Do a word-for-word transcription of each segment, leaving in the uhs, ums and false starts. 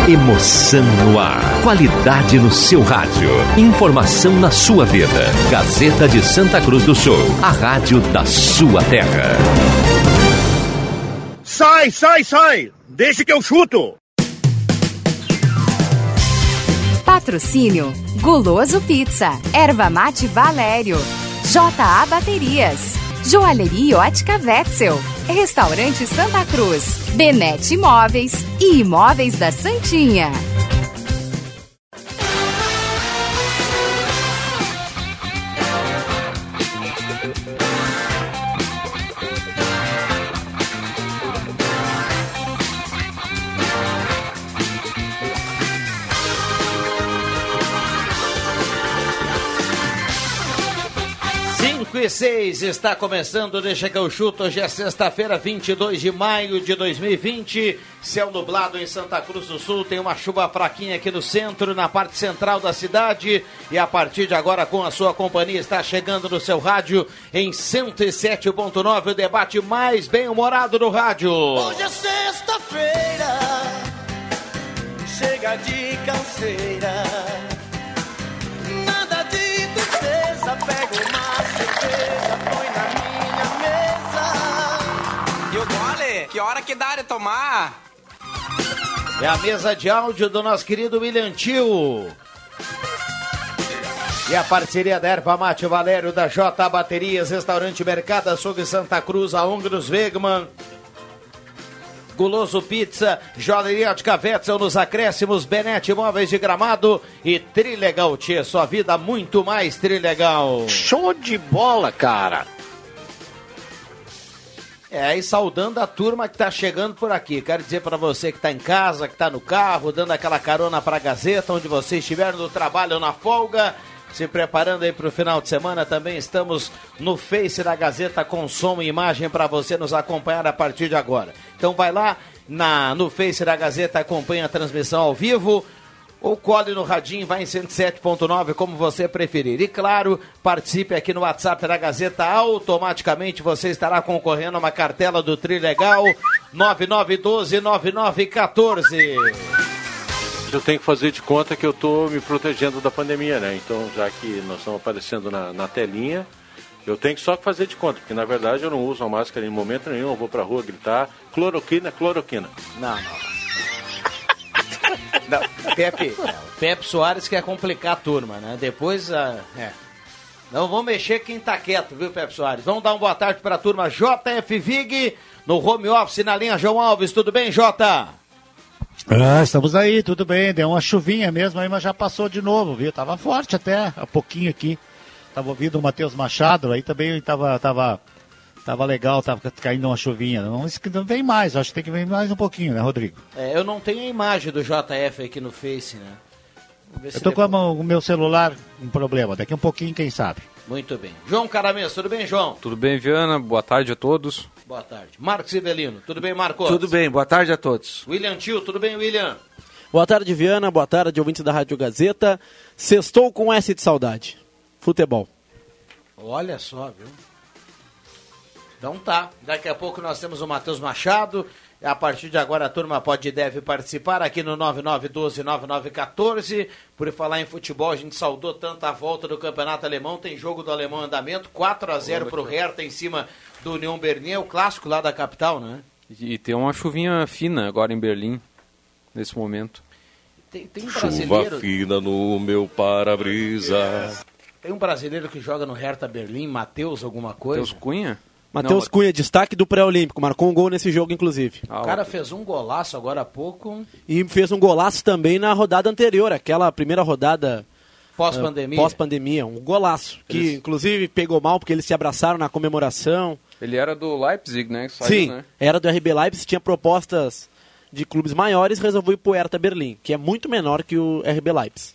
Emoção no ar. Qualidade no seu rádio. Informação na sua vida. Gazeta de Santa Cruz do Sul. A rádio da sua terra. Sai, sai, sai! Deixa que eu chuto! Patrocínio Guloso Pizza, Erva Mate Valério, J A Baterias, Joalheria Ótica Wetzel, Restaurante Santa Cruz, Benete Imóveis e Imóveis da Santinha. cinco e seis, está começando, deixa que eu chuto, hoje é sexta-feira, vinte e dois de maio de dois mil e vinte, céu nublado em Santa Cruz do Sul, tem uma chuva fraquinha aqui no centro, na parte central da cidade, e a partir de agora com a sua companhia está chegando no seu rádio em cento e sete ponto nove, o debate mais bem-humorado do rádio. Hoje é sexta-feira, chega de canseira, nada de tristeza, pega uma cerveja, põe na minha mesa. E o gole? Que hora que dá de tomar? É a mesa de áudio do nosso querido William Tio. E a parceria da Erva Mate Valério, da J A Baterias, Restaurante Mercado Açougue Santa Cruz, a Ongros Wegman, Guloso Pizza, Joalheria Ótica Wetzel nos acréscimos, Benete Imóveis de Gramado e Trilegal Tchê, sua vida muito mais Trilegal. Show de bola, cara! É, e saudando a turma que tá chegando por aqui. Quero dizer para você que tá em casa, que tá no carro, dando aquela carona pra Gazeta, onde você estiver no trabalho ou na folga, se preparando aí pro final de semana, também estamos no Face da Gazeta com som e imagem para você nos acompanhar a partir de agora. Então vai lá na, no Face da Gazeta, acompanha a transmissão ao vivo, ou cole no radinho, vai em cento e sete ponto nove, como você preferir. E claro, participe aqui no WhatsApp da Gazeta, automaticamente você estará concorrendo a uma cartela do Trilegal nove nove um dois nove nove um quatro. Eu tenho que fazer de conta que eu estou me protegendo da pandemia, né? Então, já que nós estamos aparecendo na, na telinha, eu tenho que só fazer de conta, porque na verdade eu não uso a máscara em momento nenhum, eu vou pra rua gritar cloroquina, cloroquina. Não, não. Não, Pepe, Pepe Soares quer complicar a turma, né? Depois, uh, é. Não vamos mexer quem tá quieto, viu, Pepe Soares? Vamos dar uma boa tarde para a turma J F Vig, no home office, na linha João Alves. Tudo bem, Jota? Ah, estamos aí, tudo bem. Deu uma chuvinha mesmo aí, mas já passou de novo, viu? Tava forte até, há pouquinho aqui. Tava ouvindo o Matheus Machado, aí também tava, tava, tava legal, tava caindo uma chuvinha. Não, não vem mais, acho que tem que vir mais um pouquinho, né, Rodrigo? É, eu não tenho a imagem do J F aqui no Face, né? Eu tô depois... com o meu celular um problema, daqui um pouquinho, quem sabe. Muito bem. João Caramês, tudo bem, João? Tudo bem, Viana, boa tarde a todos. Boa tarde. Marcos Ivelino, tudo bem, Marcos? Tudo bem, boa tarde a todos. William Tio, tudo bem, William? Boa tarde, Viana, boa tarde, ouvintes da Rádio Gazeta. Sextou com S de saudade. Futebol. Olha só, viu? Então tá, daqui a pouco nós temos o Matheus Machado. A partir de agora a turma pode e deve participar aqui no nove nove um dois nove nove um quatro. Por falar em futebol, a gente saudou tanto a volta do Campeonato Alemão. Tem jogo do Alemão em andamento, quatro a zero pro Hertha em cima do União Berlim. É o clássico lá da capital, né? E tem uma chuvinha fina agora em Berlim, nesse momento. Tem, tem um brasileiro... Chuva fina no meu para-brisa. É. Tem um brasileiro que joga no Hertha Berlim, Matheus alguma coisa? Matheus Cunha? Matheus Cunha, destaque do pré-olímpico, marcou um gol nesse jogo, inclusive. Ah, o cara fez um golaço agora há pouco. E fez um golaço também na rodada anterior, aquela primeira rodada... Pós-pandemia. Uh, pós-pandemia, um golaço. Que, eles... inclusive, pegou mal porque eles se abraçaram na comemoração. Ele era do Leipzig, né? Saiu, Sim, né? Era do R B Leipzig, tinha propostas de clubes maiores, resolveu ir pro Hertha Berlim, que é muito menor que o R B Leipzig.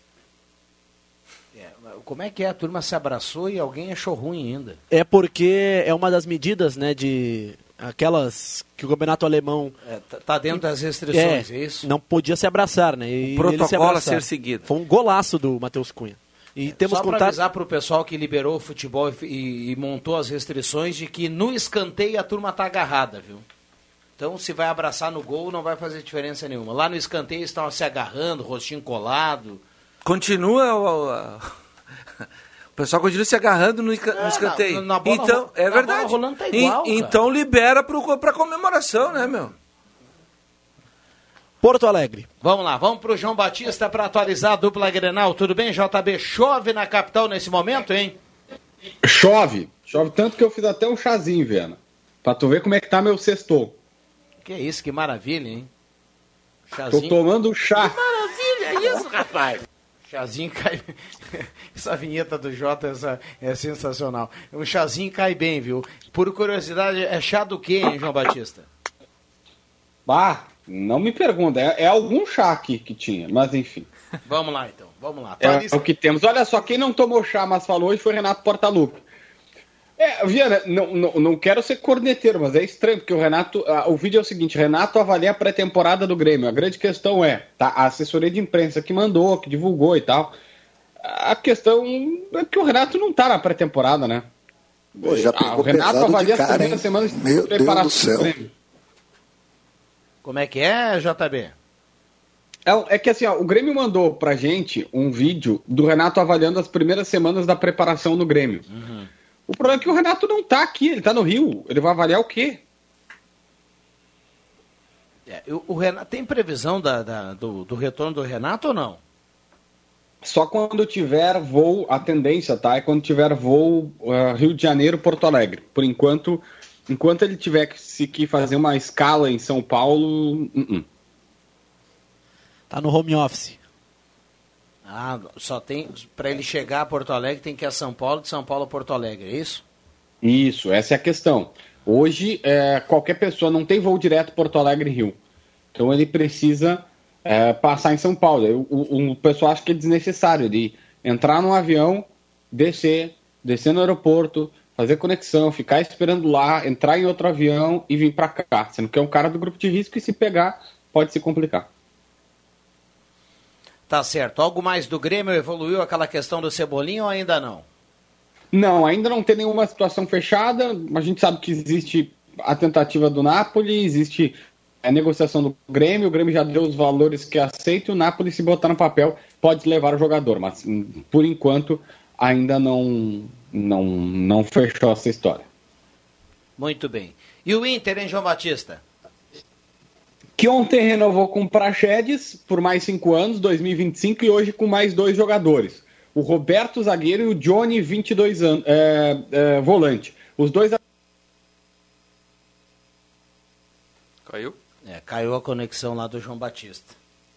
Como é que é? A turma se abraçou e alguém achou ruim ainda. É porque é uma das medidas, né, de aquelas que o campeonato alemão... É, tá dentro das restrições, é, é isso? Não podia se abraçar, né? E o protocolo a ser seguido. Foi um golaço do Matheus Cunha. E é, temos só para contato... avisar para o pessoal que liberou o futebol e, e, e montou as restrições de que no escanteio a turma tá agarrada, viu? Então, se vai abraçar no gol, não vai fazer diferença nenhuma. Lá no escanteio estão se agarrando, rostinho colado. Continua o, a... o pessoal continua se agarrando no, esca... é, no escanteio. Na, na bola, então, é na verdade. Bola rolando tá igual, e, então libera para comemoração, né, meu? Porto Alegre. Vamos lá, vamos pro João Batista para atualizar a dupla Grenal. Tudo bem, J B? Chove na capital nesse momento, hein? Chove. Chove tanto que eu fiz até um chazinho, Viana. Pra tu ver como é que tá meu sextou. Que isso, que maravilha, hein? Chazinho. Tô tomando chá. Que maravilha é isso, rapaz? Chazinho cai... Essa vinheta do Jota essa... é sensacional. Um chazinho cai bem, viu? Por curiosidade, é chá do quê, hein, João Batista? Bah, não me pergunta. É, é algum chá aqui que tinha, mas enfim. Vamos lá, então. Vamos lá. É, é o que temos. Olha só, quem não tomou chá, mas falou hoje foi Renato Portaluppi. É, Viana, não, não, não quero ser corneteiro, mas é estranho, porque o Renato, ah, o vídeo é o seguinte, Renato avalia a pré-temporada do Grêmio, a grande questão é, tá, a assessoria de imprensa que mandou, que divulgou e tal, a questão é que o Renato não tá na pré-temporada, né? Pô, já ah, o Renato avalia cara, as primeiras semanas de Meu preparação Deus do céu. do Grêmio. Como é que é, J B? É, é que assim, ó, o Grêmio mandou pra gente um vídeo do Renato avaliando as primeiras semanas da preparação no Grêmio. Uhum. O problema é que o Renato não tá aqui, ele tá no Rio. Ele vai avaliar o quê? É, o Renato, tem previsão da, da, do, do retorno do Renato ou não? Só quando tiver voo, a tendência, tá? É quando tiver voo uh, Rio de Janeiro, Porto Alegre. Por enquanto, enquanto ele tiver que, se, que fazer uma escala em São Paulo... Uh-uh. Tá no home office. Ah, só tem, para ele chegar a Porto Alegre tem que ir a São Paulo, de São Paulo a Porto Alegre, é isso? Isso, essa é a questão. Hoje, é, qualquer pessoa não tem voo direto Porto Alegre-Rio. Então ele precisa é, passar em São Paulo. O, o, o pessoal acha que é desnecessário ele entrar num avião, descer, descer no aeroporto, fazer conexão, ficar esperando lá, entrar em outro avião e vir para cá. Sendo que é um cara do grupo de risco e se pegar pode se complicar. Tá certo. Algo mais do Grêmio? Evoluiu aquela questão do Cebolinha ou ainda não? Não, ainda não tem nenhuma situação fechada. A gente sabe que existe a tentativa do Napoli, existe a negociação do Grêmio. O Grêmio já deu os valores que aceita e o Napoli, se botar no papel, pode levar o jogador. Mas, por enquanto, ainda não, não, não fechou essa história. Muito bem. E o Inter, hein, João Batista? Que ontem renovou com o Praxedes por mais cinco anos, dois mil e vinte e cinco, e hoje com mais dois jogadores. O Roberto, zagueiro, e o Johnny, vinte e dois anos, é, é, volante. Os dois... Caiu? É, caiu a conexão lá do João Batista.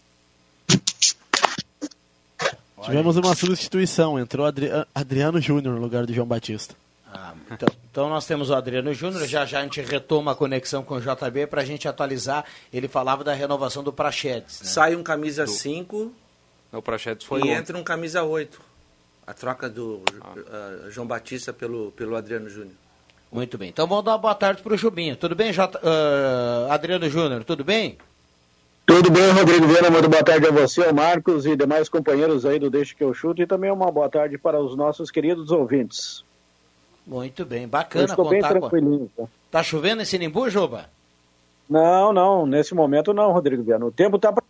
Tivemos uma substituição, entrou Adri... Adriano Júnior no lugar do João Batista. Ah, então, então nós temos o Adriano Júnior, já já a gente retoma a conexão com o J B para a gente atualizar. Ele falava da renovação do Praxedes. Né? Sai um camisa cinco o Praxedes foi e ontem. entra um camisa oito. A troca do ah. uh, João Batista pelo, pelo Adriano Júnior. Muito bem, então vamos dar uma boa tarde para o Jubinho. Tudo bem, J... uh, Adriano Júnior? Tudo bem? Tudo bem, Rodrigo Viana, muito boa tarde a você, ao Marcos e demais companheiros aí do Deixa que eu chuto, e também uma boa tarde para os nossos queridos ouvintes. Muito bem, bacana. Eu estou bem tranquilinho. Com... Tá chovendo em Sinimbu, Juba? Não, não, nesse momento não, Rodrigo Viana. O tempo está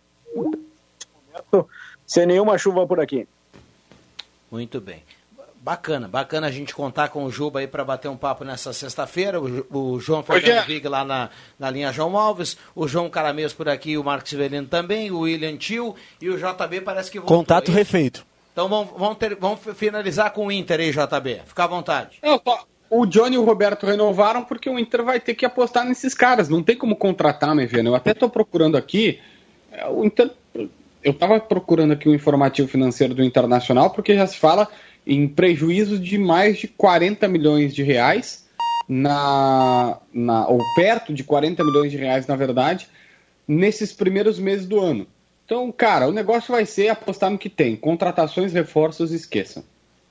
sem nenhuma chuva por aqui. Muito bem. Bacana, bacana a gente contar com o Juba aí para bater um papo nessa sexta-feira. O, o João Fernando Vig lá na, na linha João Alves, o João Caramês por aqui, o Marcos Severino também, o William Tio e o J B parece que voltou. Contato aí. refeito. Então vamos, vamos, ter, vamos finalizar com o Inter aí, J B. Fica à vontade. Não, o Johnny e o Roberto renovaram porque o Inter vai ter que apostar nesses caras. Não tem como contratar, né, Viana? Eu até estou procurando aqui. O Inter, eu estava procurando aqui o informativo financeiro do Internacional porque já se fala em prejuízos de mais de quarenta milhões de reais, na, na, ou perto de quarenta milhões de reais, na verdade, nesses primeiros meses do ano. Então, cara, o negócio vai ser apostar no que tem. Contratações, reforços, esqueçam.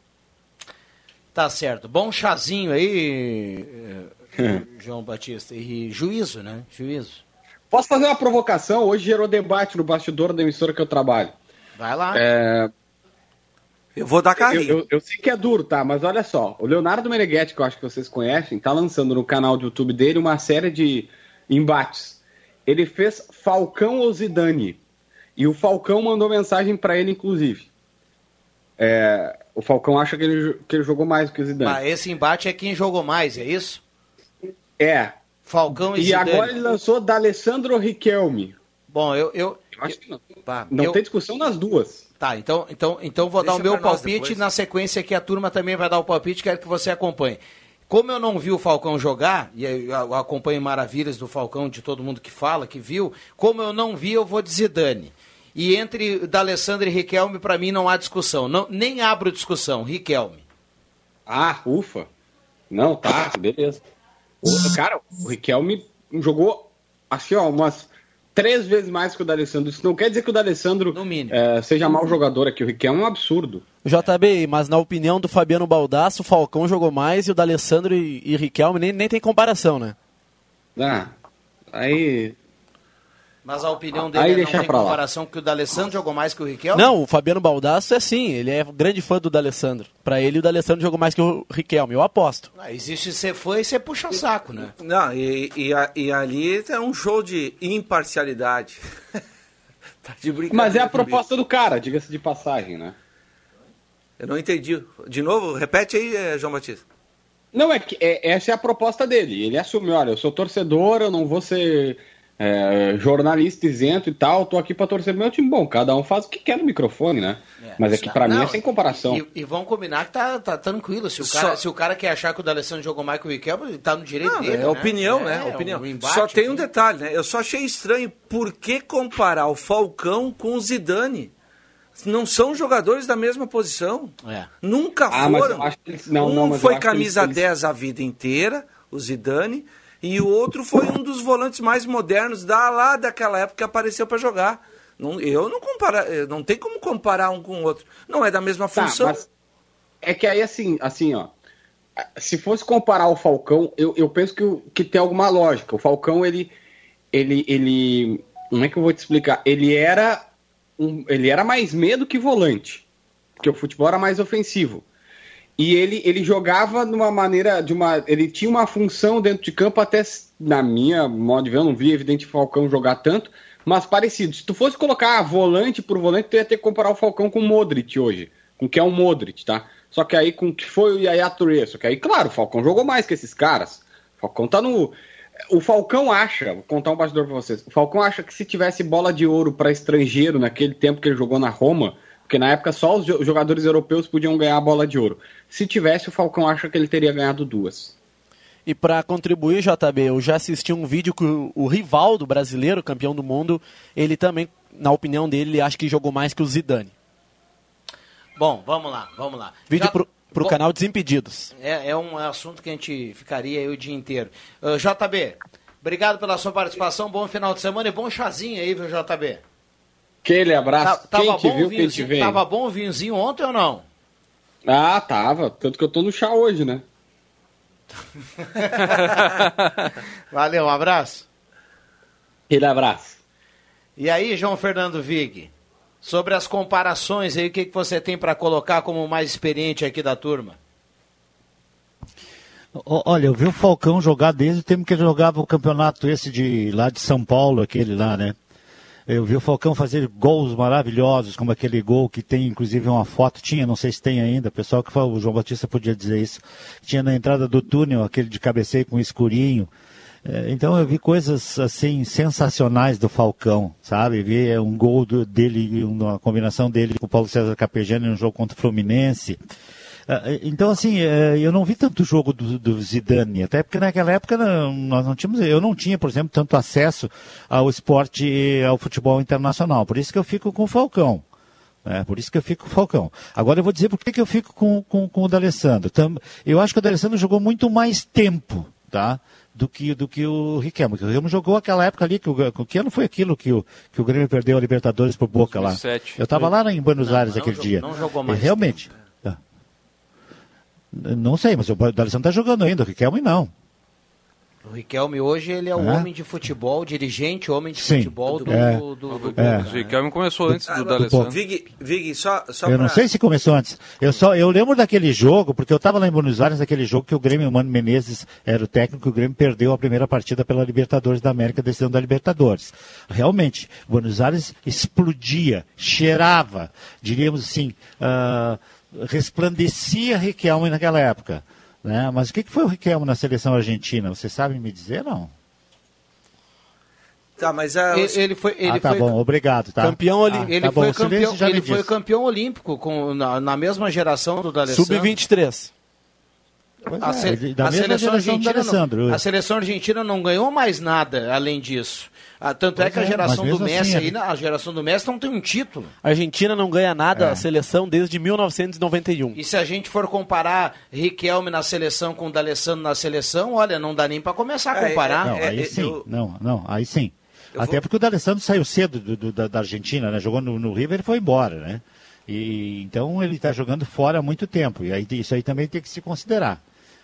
Tá certo. Bom chazinho aí, João Batista. E juízo, né? Juízo. Posso fazer uma provocação? Hoje gerou debate no bastidor da emissora que eu trabalho. Vai lá. É... Eu vou dar carrinho. Eu, eu, eu sei que é duro, tá? Mas olha só. O Leonardo Meneghetti, que eu acho que vocês conhecem, tá lançando no canal do YouTube dele uma série de, embates. Ele fez Falcão ou Zidane. E o Falcão mandou mensagem para ele, inclusive. É, o Falcão acha que ele, que ele jogou mais do que o Zidane. Mas esse embate é quem jogou mais, é isso? É. Falcão e, e Zidane. E agora ele lançou D'Alessandro Riquelme. Bom, eu... eu, eu acho que não. Tá, não eu, tem discussão nas duas. Tá, então, então, então vou Deixa dar o meu pra nós palpite. depois. Na sequência aqui a turma também vai dar o palpite, quero que você acompanhe. Como eu não vi o Falcão jogar, e eu acompanho maravilhas do Falcão, de todo mundo que fala, que viu, como eu não vi, eu vou de Zidane. E entre D'Alessandro e Riquelme, para mim, não há discussão. Não, nem abro discussão, Riquelme. Ah, ufa. Não, tá, beleza. O, cara, o Riquelme jogou, assim, ó, umas três vezes mais que o D'Alessandro. Isso não quer dizer que o D'Alessandro é, seja mau jogador aqui. O Riquelme é um absurdo. J B, mas na opinião do Fabiano Baldasso, o Falcão jogou mais e o D'Alessandro e, e Riquelme nem, nem tem comparação, né? Ah, aí... Mas a opinião dele aí é não deixa tem pra lá. comparação que o D'Alessandro jogou mais que o Riquelme? Não, o Fabiano Baldasso é sim, ele é grande fã do D'Alessandro. Pra ele, o D'Alessandro jogou mais que o Riquelme, eu aposto. Ah, existe ser fã e ser puxa-saco, né? Não, e, e, e ali é um show de imparcialidade. Tá de brincadeira. Mas é a comigo. proposta do cara, diga-se de passagem, né? Eu não entendi. De novo, repete aí, eh, João Batista. Não, é que é, essa é a proposta dele. Ele assume, olha, eu sou torcedor, eu não vou ser é, jornalista isento e tal, tô aqui pra torcer pro meu time. Bom, cada um faz o que quer no microfone, né? É, Mas é que pra não, mim é sem comparação. E, e vamos combinar que tá, tá tranquilo. Se o, cara, Só... se o cara quer achar que o D'Alessandro jogou mais que o Riquelme, tá no direito não, dele, é né? opinião, é, né? É opinião. Um embate, só tem um assim. detalhe, né? Eu só achei estranho por que comparar o Falcão com o Zidane. Não são jogadores da mesma posição. É. Nunca ah, foram. Mas eu acho que eles, não, um não, mas foi eu acho camisa que eles... dez a vida inteira, o Zidane, e o outro foi um dos volantes mais modernos da, lá daquela época que apareceu para jogar. Não, eu não compara, não tem como comparar um com o outro. Não é da mesma função. Tá, mas é que aí assim, assim, ó. Se fosse comparar o Falcão, eu, eu penso que, que tem alguma lógica. O Falcão, ele, ele, ele, como é que eu vou te explicar? Ele era Um, ele era mais meia do que volante, porque o futebol era mais ofensivo. E ele, ele jogava de uma maneira, de uma, ele tinha uma função dentro de campo, até na minha modo de ver, eu não vi evidente o Falcão jogar tanto, mas parecido. Se tu fosse colocar volante por volante, tu ia ter que comparar o Falcão com o Modric hoje, com o que é o Modric, tá? Só que aí com o que foi o Yaya Touré, só que aí, claro, o Falcão jogou mais que esses caras. O Falcão tá no... O Falcão acha, vou contar um bastidor pra vocês, o Falcão acha que se tivesse bola de ouro para estrangeiro naquele tempo que ele jogou na Roma, porque na época só os jogadores europeus podiam ganhar a bola de ouro. Se tivesse, o Falcão acha que ele teria ganhado duas. E para contribuir, J B, eu já assisti um vídeo que o, o Rivaldo, brasileiro, campeão do mundo, ele também, na opinião dele, ele acha que jogou mais que o Zidane. Bom, vamos lá, vamos lá. Vídeo Já... pro... Pro Bom, canal Desimpedidos. É, é um assunto que a gente ficaria aí o dia inteiro. Uh, J B, obrigado pela sua participação, bom final de semana e bom chazinho aí, viu, J B? Aquele abraço, tá, quem tava te bom viu, quem te vem. Tava bom o vinhozinho ontem ou não? Ah, tava, tanto que eu tô no chá hoje, né? Valeu, um abraço. Aquele abraço. E aí, João Fernando Vig? Sobre as comparações aí, o que, que você tem para colocar como mais experiente aqui da turma? Olha, eu vi o Falcão jogar desde o tempo que ele jogava o campeonato esse de lá de São Paulo, aquele lá, né? Eu vi o Falcão fazer gols maravilhosos, como aquele gol que tem inclusive uma foto, tinha, não sei se tem ainda, o pessoal que falou, o João Batista podia dizer isso, tinha na entrada do túnel, aquele de cabeceio com escurinho. Então eu vi coisas assim sensacionais do Falcão, sabe? Vi um gol do, dele, uma combinação dele com o Paulo César Capejani no jogo contra o Fluminense. Então assim, eu não vi tanto jogo do, do Zidane, até porque naquela época nós não tínhamos, eu não tinha, por exemplo, tanto acesso ao esporte, ao futebol internacional. Por isso que eu fico com o Falcão. É, por isso que eu fico com o Falcão. Agora eu vou dizer por que, que eu fico com, com, com o D'Alessandro. Eu acho que o D'Alessandro jogou muito mais tempo, tá? Do que, do que o Riquelme. O Riquelme jogou aquela época ali, que o que ano foi aquilo que o, que o Grêmio perdeu a Libertadores por Boca lá. Eu estava lá em Buenos Aires não, aquele não, dia. Não jogou mais. E, realmente. Tá. Não sei, mas o D'Alessandro está jogando ainda, o Riquelme não. O Riquelme hoje ele é o É? homem de futebol, dirigente, homem de Sim. futebol do, É. do, do, do É. Boca, O Riquelme começou antes do Ah, D'Alessandro. Vig, Vig, só, só Eu pra... não sei se começou antes. Eu só eu lembro daquele jogo, porque eu estava lá em Buenos Aires, naquele jogo que o Grêmio, o Mano Menezes era o técnico, e o Grêmio perdeu a primeira partida pela Libertadores da América, decisão da Libertadores. Realmente, Buenos Aires explodia, cheirava, diríamos assim, ah, resplandecia Riquelme naquela época. Né? Mas o que que foi o Riquelme na seleção argentina? Vocês sabem me dizer, não? Tá, mas a... Ele, ele foi, ele ah, tá foi bom, obrigado. Tá? Campeão olímpico. Ah, Ele, tá bom, foi, o silêncio campeão, já me ele foi disse. campeão olímpico com, na, na mesma geração do D'Alessandro. sub vinte e três. Pois A, é, se- ele- da a mesma seleção geração do argentina D'Alessandro. não, a seleção argentina não ganhou mais nada além disso. Ah, tanto é Pois que a é, geração mas do mesmo Messi assim, aí, na- a geração do Messi não tem um título. A Argentina não ganha nada É. a seleção desde mil novecentos e noventa e um. E se a gente for comparar Riquelme na seleção com o D'Alessandro na seleção, olha, não dá nem para começar a É, comparar. Não, É, aí é, sim. eu- Não, não, aí sim. Eu Até vou- porque o D'Alessandro saiu cedo do, do- da, da Argentina, né? Jogou no, no River e foi embora, né? E, então ele está jogando fora há muito tempo. E aí, isso aí também tem que se considerar.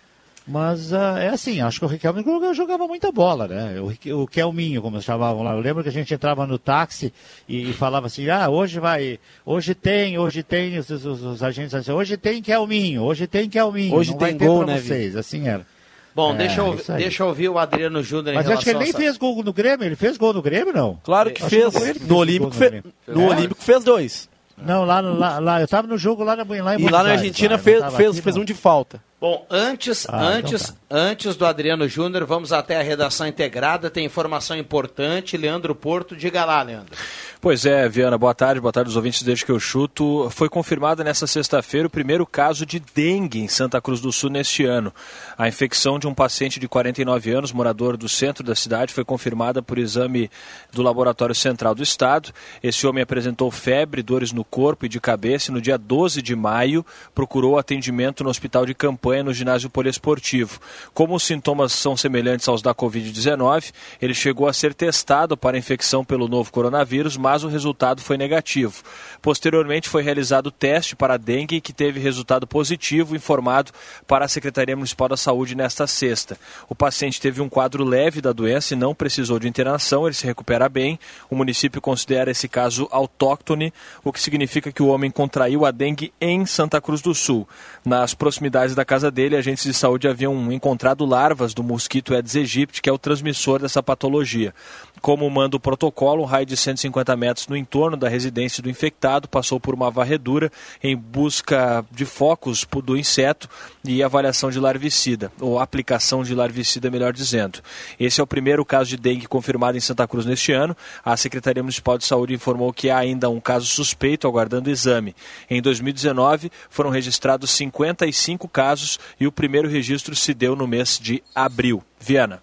Mas ah, é assim, acho que o Riquelme jogava muita bola, né? O, Rique- o Kelminho, como chamavam lá. Eu lembro que a gente entrava no táxi e, e falava assim, ah, hoje vai, hoje tem, hoje tem, os, os, os agentes assim, hoje tem Kelminho, hoje tem Kelminho. Hoje não tem vai ter gol, pra né, vocês, assim era. Bom, É, deixa, eu, isso aí. deixa eu ouvir o Adriano Júnior em Mas acho que ele nem relação a essa- fez gol no Grêmio, ele fez gol no Grêmio, não? Claro que Acho fez. não foi ele que fez No o Olímpico, gol fe- Grêmio. no É? Olímpico fez dois. Não, lá, lá, lá, eu tava no jogo lá, na, lá em E Buenos lá na Aires, Argentina lá, eu não fez, tava fez, aqui, fez não. um de falta. Bom, antes, Ah, antes, então antes do Adriano Júnior, vamos até a redação integrada, tem informação importante. Leandro Porto, diga lá, Leandro. Pois é, Viana, boa tarde, boa tarde aos ouvintes desde que eu chuto. Foi confirmado nesta sexta-feira o primeiro caso de dengue em Santa Cruz do Sul neste ano. A infecção de um paciente de quarenta e nove anos, morador do centro da cidade, foi confirmada por exame do Laboratório Central do Estado. Esse homem apresentou febre, dores no corpo e de cabeça e no dia doze de maio procurou atendimento no hospital de campanha no ginásio poliesportivo. Como os sintomas são semelhantes aos da covid dezenove, ele chegou a ser testado para a infecção pelo novo coronavírus, mas o resultado foi negativo. Posteriormente foi realizado o teste para a dengue, que teve resultado positivo, informado para a Secretaria Municipal da Saúde nesta sexta. O paciente teve um quadro leve da doença e não precisou de internação, ele se recupera bem. O município considera esse caso autóctone, o que significa que o homem contraiu a dengue em Santa Cruz do Sul. Nas proximidades da casa dele, agentes de saúde haviam encontrado larvas do mosquito Aedes aegypti, que é o transmissor dessa patologia. Como manda o protocolo, um raio de cento e cinquenta metros no entorno da residência do infectado passou por uma varredura em busca de focos do inseto e avaliação de larvicida, ou aplicação de larvicida, melhor dizendo. Esse é o primeiro caso de dengue confirmado em Santa Cruz neste ano. A Secretaria Municipal de Saúde informou que há ainda um caso suspeito aguardando exame. Em dois mil e dezenove, foram registrados cinquenta e cinco casos e o primeiro registro se deu no mês de abril. Viana.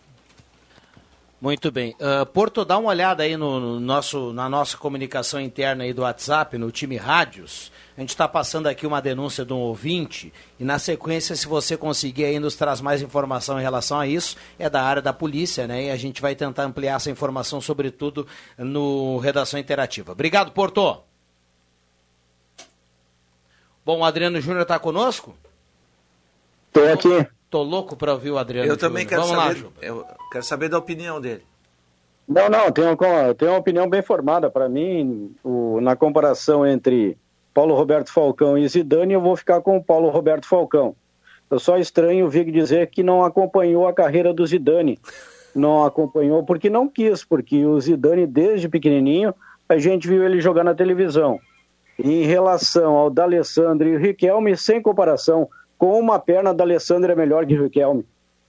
Muito bem. Uh, Porto, dá uma olhada aí no, no nosso, na nossa comunicação interna aí do WhatsApp, no time Rádios. A gente está passando aqui uma denúncia de um ouvinte e na sequência, se você conseguir aí nos traz mais informação em relação a isso, é da área da polícia, né? E a gente vai tentar ampliar essa informação, sobretudo no Redação Interativa. Obrigado, Porto. Bom, o Adriano Júnior está conosco? Estou aqui. Tô louco para ouvir o Adriano Eu também Júnior. quero Vamos saber, lá, Ju. eu quero saber da opinião dele. Não, não, tenho, uma- tenho uma opinião bem formada. Para mim, o- na comparação entre Paulo Roberto Falcão e Zidane, eu vou ficar com o Paulo Roberto Falcão. Eu só estranho o Vig dizer que não acompanhou a carreira do Zidane. Não acompanhou porque não quis, porque o Zidane, desde pequenininho, a gente viu ele jogar na televisão. Em relação ao D'Alessandro e o Riquelme, sem comparação, com uma perna, D'Alessandro é melhor que o Riquelme.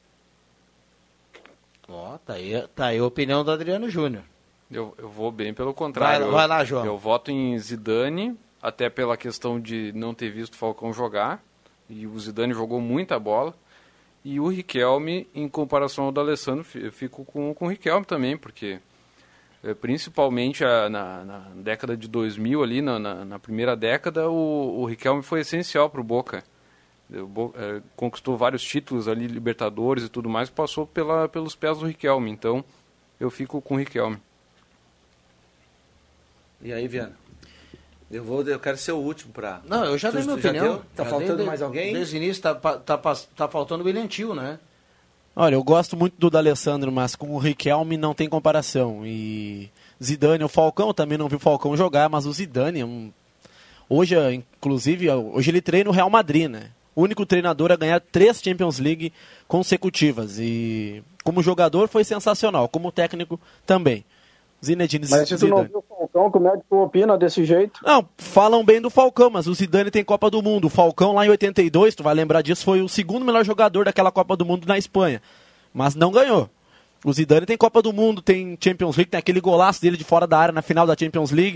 Ó, tá aí, tá aí a opinião do Adriano Júnior. Eu, eu vou bem pelo contrário. Vai- vai lá, eu, João. Eu voto em Zidane, até pela questão de não ter visto o Falcão jogar. E o Zidane jogou muita bola. E o Riquelme, em comparação ao D'Alessandro, eu fico com, com o Riquelme também, porque eh, principalmente a, na, na década de dois mil, ali, na, na, na primeira década, o, o Riquelme foi essencial para o Boca. O Bo- eh, conquistou vários títulos ali, Libertadores e tudo mais, passou pela, pelos pés do Riquelme. Então, eu fico com o Riquelme. E aí, Viana? Eu, vou, eu quero ser o último para... Não, eu já dei minha opinião. Tá Já faltando dei- mais alguém? Desde o início tá, pa- tá, pas- tá faltando o William Tio, né? Olha, eu gosto muito do D'Alessandro, mas com o Riquelme não tem comparação. E Zidane, o Falcão, eu também não vi o Falcão jogar, mas o Zidane é um... Hoje, inclusive, hoje ele treina o Real Madrid, né? O único treinador a ganhar três Champions League consecutivas. E como jogador foi sensacional, como técnico também. Zinedine Mas se tu não viu o Falcão, como é que tu opina desse jeito? Não, falam bem do Falcão, mas o Zidane tem Copa do Mundo. O Falcão lá em oitenta e dois, tu vai lembrar disso, foi o segundo melhor jogador daquela Copa do Mundo na Espanha. Mas não ganhou. O Zidane tem Copa do Mundo, tem Champions League, tem aquele golaço dele de fora da área na final da Champions League.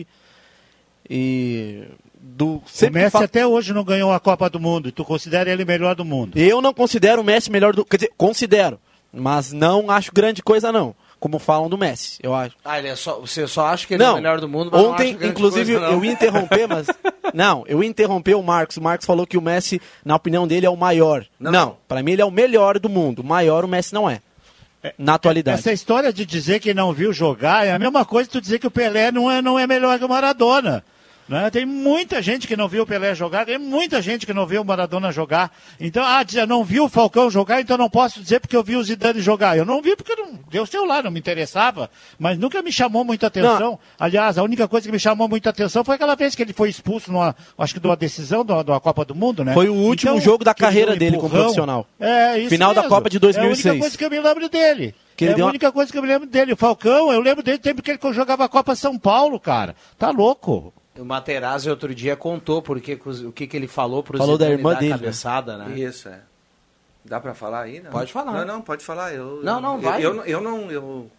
E... Do, o Messi fa... até hoje não ganhou a Copa do Mundo. E tu considera ele melhor do mundo? Eu não considero o Messi melhor do... Quer dizer, considero. Mas não acho grande coisa, não. Como falam do Messi, eu acho. Ah, ele é só, você só acha que ele não, é o melhor do mundo, mas ontem, não acha inclusive, coisa, não. eu ia interromper, mas... Não, eu ia interromper o Marcos. O Marcos falou que o Messi, na opinião dele, é o maior. Não, não, não. Pra mim ele é o melhor do mundo. O maior o Messi não é. Na atualidade. Essa história de dizer que não viu jogar é a mesma coisa que tu dizer que o Pelé não é, não é melhor que o Maradona. Né? Tem muita gente que não viu o Pelé jogar, tem muita gente que não viu o Maradona jogar. Então, ah, dizer, não viu o Falcão jogar, então não posso dizer porque eu vi o Zidane jogar. Eu não vi porque não, deu seu lá, não me interessava, mas nunca me chamou muita atenção. Não. Aliás, a única coisa que me chamou muita atenção foi aquela vez que ele foi expulso, numa, acho que de uma decisão da, da Copa do Mundo, né? Foi o último então, jogo da carreira um dele como profissional. É, isso Final mesmo. Da Copa de dois mil e seis. É a única coisa que eu me lembro dele. Que é a deu... única coisa que eu me lembro dele. O Falcão, eu lembro dele tempo que ele jogava a Copa São Paulo, cara. Tá louco. O Materazzi outro dia contou porque, o que, que ele falou pro Falou Zidane da irmã dar dele, cabeçada, né? né? Isso, é. Dá pra falar aí? Não? Pode falar. Não, não, pode falar. Eu, não, não, vai. Eu, eu, eu não... Eu,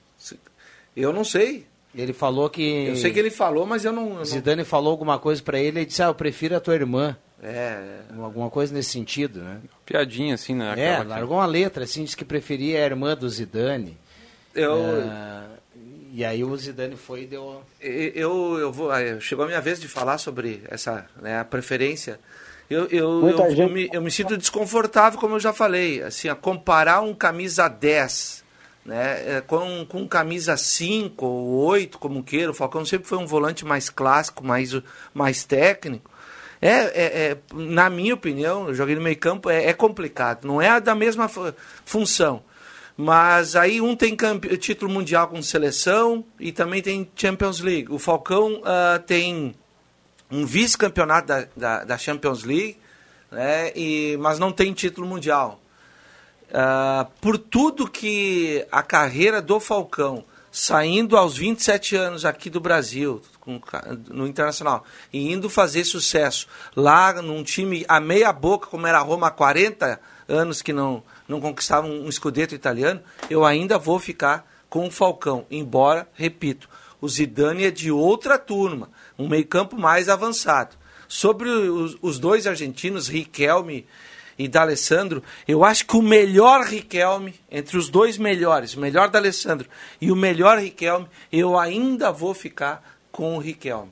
eu não sei. Ele falou que... Eu sei que ele falou, mas eu não... Eu Zidane não... falou alguma coisa pra ele e disse, ah, eu prefiro a tua irmã. É. Alguma coisa nesse sentido, né? Piadinha, assim, né? É, Aquela largou uma letra, assim, disse que preferia a irmã do Zidane. Eu... É... E aí o Zidane foi e deu... Eu, eu vou, chegou a minha vez de falar sobre essa, né, a preferência. Eu, eu, eu, gente... eu, me, eu me sinto desconfortável, como eu já falei. Assim, a comparar um camisa dez, né, com, com camisa cinco ou oito, como queira. O Falcão sempre foi um volante mais clássico, mais, mais técnico. É, é, é, na minha opinião, eu joguei no meio campo, é, é complicado. Não é da mesma função. Mas aí um tem campe... título mundial com seleção e também tem Champions League. O Falcão uh, tem um vice-campeonato da, da, da Champions League, né, e, mas não tem título mundial. Uh, por tudo que a carreira do Falcão, saindo aos vinte e sete anos aqui do Brasil, com, no Internacional, e indo fazer sucesso lá num time a meia boca, como era a Roma há quarenta anos que não... não conquistava um escudeto italiano, eu ainda vou ficar com o Falcão. Embora, repito, o Zidane é de outra turma, um meio-campo mais avançado. Sobre os, os dois argentinos, Riquelme e D'Alessandro, eu acho que o melhor Riquelme, entre os dois melhores, o melhor D'Alessandro e o melhor Riquelme, eu ainda vou ficar com o Riquelme.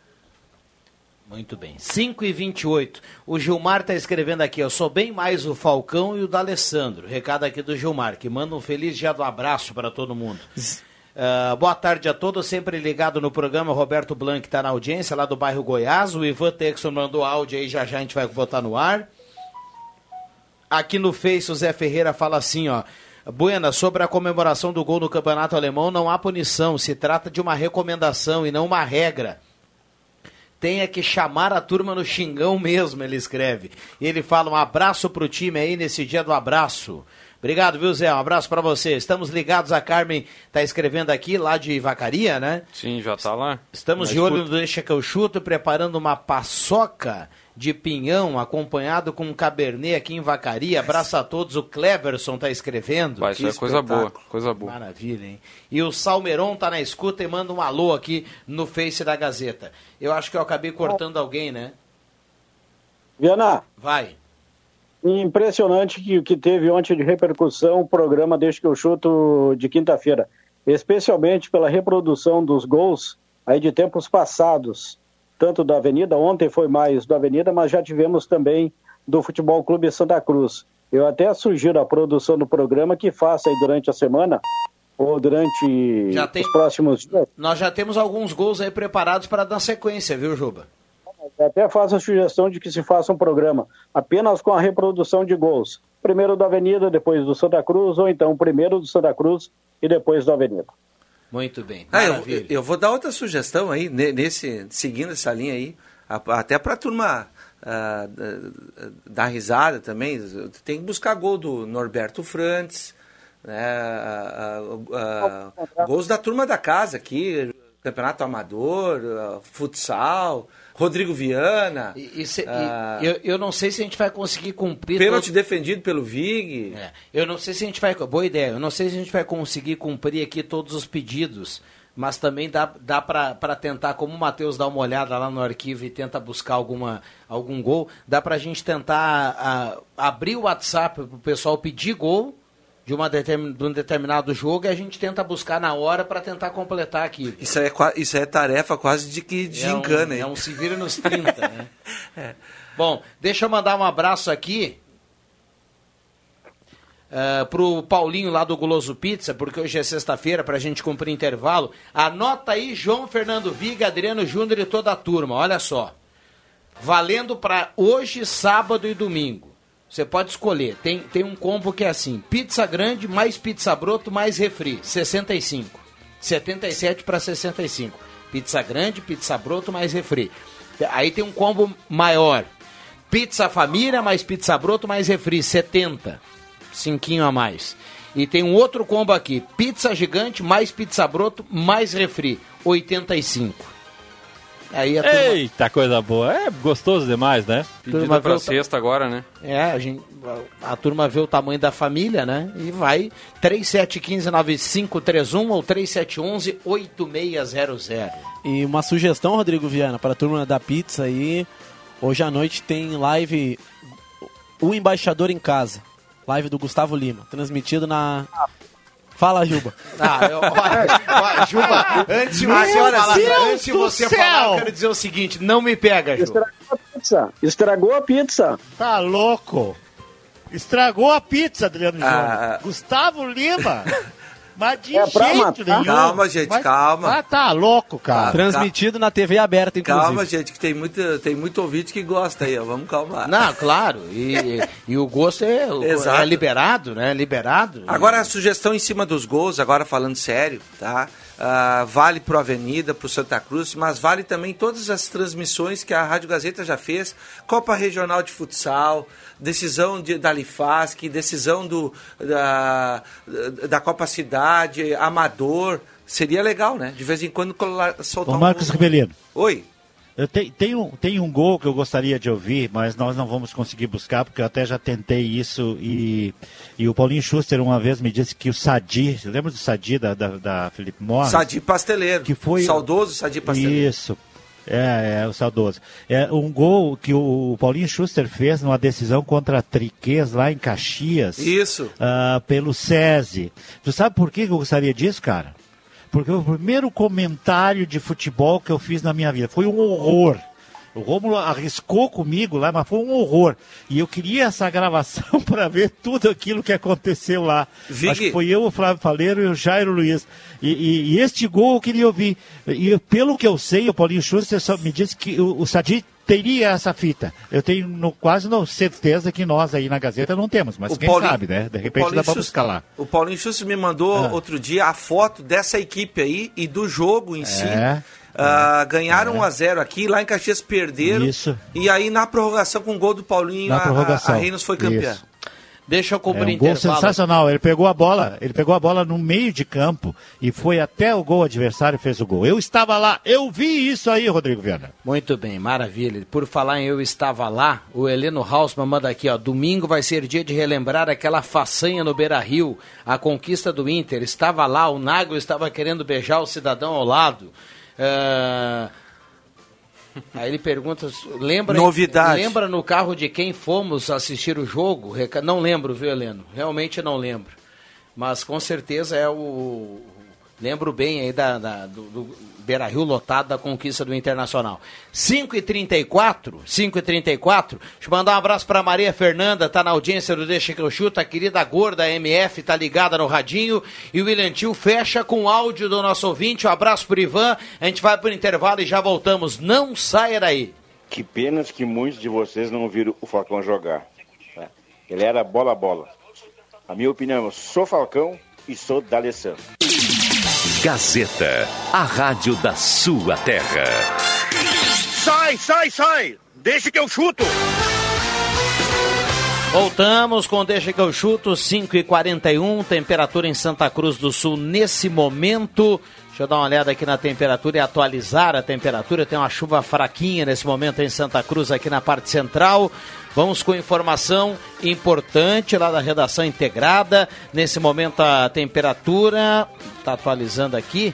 Muito bem. cinco e vinte e oito. O Gilmar está escrevendo aqui, eu sou bem mais o Falcão e o D'Alessandro. Recado aqui do Gilmar, que manda um feliz dia do abraço para todo mundo. Uh, boa tarde a todos, sempre ligado no programa. Roberto Blanc está na audiência, lá do bairro Goiás. O Ivan Texon mandou áudio aí, já já a gente vai botar no ar. Aqui no Face, o Zé Ferreira fala assim, ó. Buena, sobre a comemoração do gol no Campeonato Alemão, não há punição. Se trata de uma recomendação e não uma regra. Tenha que chamar a turma no xingão mesmo, ele escreve. E ele fala um abraço pro time aí nesse dia do abraço. Obrigado, viu, Zé? Um abraço para você. Estamos ligados, a Carmen tá escrevendo aqui, lá de Vacaria, né? Sim, já tá lá. Estamos de olho no Deixa que eu chuto, preparando uma paçoca de pinhão, acompanhado com um cabernet aqui em Vacaria. Abraço a todos, o Cleverson tá escrevendo. Vai ser coisa boa, coisa boa. Maravilha, hein? E o Salmeron tá na escuta e manda um alô aqui no Face da Gazeta. Eu acho que eu acabei cortando alguém, né? Viana. Vai. Impressionante que o que teve ontem de repercussão o programa Deixa que eu chuto de quinta-feira. Especialmente pela reprodução dos gols aí de tempos passados. Tanto da Avenida, ontem foi mais do Avenida, mas já tivemos também do Futebol Clube Santa Cruz. Eu até sugiro à produção do programa que faça aí durante a semana ou durante já tem... os próximos dias. Nós já temos alguns gols aí preparados para dar sequência, viu, Juba? Eu até faço a sugestão de que se faça um programa apenas com a reprodução de gols. primeiro do Avenida, depois do Santa Cruz, ou então primeiro do Santa Cruz e depois do Avenida. Muito bem. Ah, eu, eu vou dar outra sugestão aí, nesse, seguindo essa linha aí, até para a turma uh, dar risada também. Tem que buscar gol do Norberto Frantes, né, uh, uh, uh, gols da turma da casa aqui, Campeonato Amador, uh, futsal, Rodrigo Viana. E, e se, uh, e, eu, eu não sei se a gente vai conseguir cumprir. Pênalti todo... defendido pelo Vig. É, eu não sei se a gente vai. Boa ideia. Eu não sei se a gente vai conseguir cumprir aqui todos os pedidos. Mas também dá, dá para tentar, como o Matheus dá uma olhada lá no arquivo e tenta buscar alguma, algum gol, dá para a gente tentar a, abrir o WhatsApp para o pessoal pedir gol de, uma determin, de um determinado jogo e a gente tenta buscar na hora para tentar completar aqui. Isso é, isso é tarefa quase de que de é gincana, um, hein? É um se vira nos trinta, né? É. Bom, deixa eu mandar um abraço aqui Uh, pro Paulinho lá do Guloso Pizza, porque hoje é sexta-feira, pra gente cumprir intervalo. Anota aí João Fernando Viga, Adriano Júnior e toda a turma, olha só. Valendo pra hoje, sábado e domingo. Você pode escolher, tem, tem um combo que é assim, pizza grande, mais pizza broto, mais refri, sessenta e cinco. setenta e sete para sessenta e cinco. Pizza grande, pizza broto, mais refri. Aí tem um combo maior. Pizza família, mais pizza broto, mais refri, setenta. Cinquinho a mais. E tem um outro combo aqui, pizza gigante, mais pizza broto, mais refri, oitenta e cinco. Aí a turma... Eita, coisa boa. É gostoso demais, né? Pedida pra sexta agora, né? É, a, gente, a, a turma vê o tamanho da família, né? E vai três sete um cinco nove cinco três um ou três sete um um oito seis zero zero. E uma sugestão, Rodrigo Viana, para a turma da pizza aí, hoje à noite tem live O Embaixador em Casa. Live do Gustavo Lima, transmitido na... Fala, Juba. Ah, eu, olha, olha, Juba, antes de você falar, antes de você falar, eu quero dizer o seguinte, não me pega, Juba. Estragou a pizza. Estragou a pizza. Tá louco. Estragou a pizza, Adriano Ah. Júnior. Gustavo Lima. Mas de É pra jeito matar. nenhum. Calma, gente, Mas- calma. Ah, tá louco, cara. Tá, Transmitido na T V aberta, inclusive. Calma, gente, que tem muito, tem muito ouvinte que gosta aí, ó. Vamos calmar. Não, claro. E, e o gosto é, o- Exato. é liberado, né? Liberado. Agora a sugestão em cima dos gols, agora falando sério, tá? Ah, vale pro Avenida, pro Santa Cruz, mas vale também todas as transmissões que a Rádio Gazeta já fez, Copa Regional de Futsal, decisão de, da Lifasc, decisão do, da, da Copa Cidade, Amador, seria legal, né? De vez em quando colar, soltar Ô, Marcos um... Rivelino. Oi. Eu te, tem, um, tem um gol que eu gostaria de ouvir, mas nós não vamos conseguir buscar, porque eu até já tentei isso e, e o Paulinho Schuster uma vez me disse que o Sadi, lembra do Sadi da, da, da Felipe Morris? Sadi Pasteleiro, que foi saudoso Sadi Pasteleiro. Isso, é, é o saudoso. É um gol que o Paulinho Schuster fez numa decisão contra a Triquês lá em Caxias. Isso. Uh, pelo SESI. Tu sabe por que eu gostaria disso, cara? Porque foi o primeiro comentário de futebol que eu fiz na minha vida. Foi um horror. O Rômulo arriscou comigo lá, mas foi um horror. E eu queria essa gravação para ver tudo aquilo que aconteceu lá. Vig... Acho que foi eu, o Flávio Faleiro e o Jairo Luiz. E, e, e este gol eu queria ouvir. E pelo que eu sei, o Paulinho Schuster só me disse que o, o Sadi teria essa fita. Eu tenho no, quase no, certeza que nós aí na Gazeta não temos, mas O quem Paulinho- sabe, né? De o repente Paulinho dá para Schuster- buscar lá. O Paulinho Schuster me mandou Ah. outro dia a foto dessa equipe aí e do jogo em si. É. Ah, ganharam um a zero aqui, lá em Caxias perderam. Isso. E aí na prorrogação com o gol do Paulinho, Na a, prorrogação. a, a Reinos foi campeã. Isso. Deixa eu É cumprir um gol intervalo. sensacional. Ele pegou a bola, ele pegou a bola no meio de campo e foi até o gol adversário e fez o gol. Eu estava lá, eu vi isso aí, Rodrigo Viana. Muito bem, maravilha. Por falar em eu estava lá, o Heleno Hausmann manda aqui, ó. Domingo vai ser dia de relembrar aquela façanha no Beira-Rio, a conquista do Inter. Estava lá, o Nagel estava querendo beijar o cidadão ao lado. Ah, Aí ele pergunta, lembra, Novidade. lembra no carro de quem fomos assistir o jogo? Reca- Não lembro, viu, Heleno? Realmente não lembro. Mas com certeza é o... Lembro bem aí da, da- do, do Beira-Rio lotado da conquista do Internacional. cinco e trinta e quatro, cinco e trinta e quatro. Deixa eu mandar um abraço para Maria Fernanda, tá na audiência do Deixa que eu chuto. A querida gorda M F tá ligada no radinho. E o William Tio fecha com o áudio do nosso ouvinte. Um abraço pro Ivan. A gente vai pro intervalo e já voltamos. Não saia daí. Que penas que muitos de vocês não viram o Falcão jogar. tá? Ele era bola-bola. A minha opinião, eu sou Falcão e sou D'Alessandro. Gazeta, a rádio da sua terra. Sai, sai, sai! Deixa que eu chuto! Voltamos com Deixa que eu chuto, cinco e quarenta e um, temperatura em Santa Cruz do Sul nesse momento. Deixa eu dar uma olhada aqui na temperatura e atualizar a temperatura. Tem uma chuva fraquinha nesse momento em Santa Cruz, aqui na parte central. Vamos com informação importante lá da redação integrada. Nesse momento a temperatura, está atualizando aqui,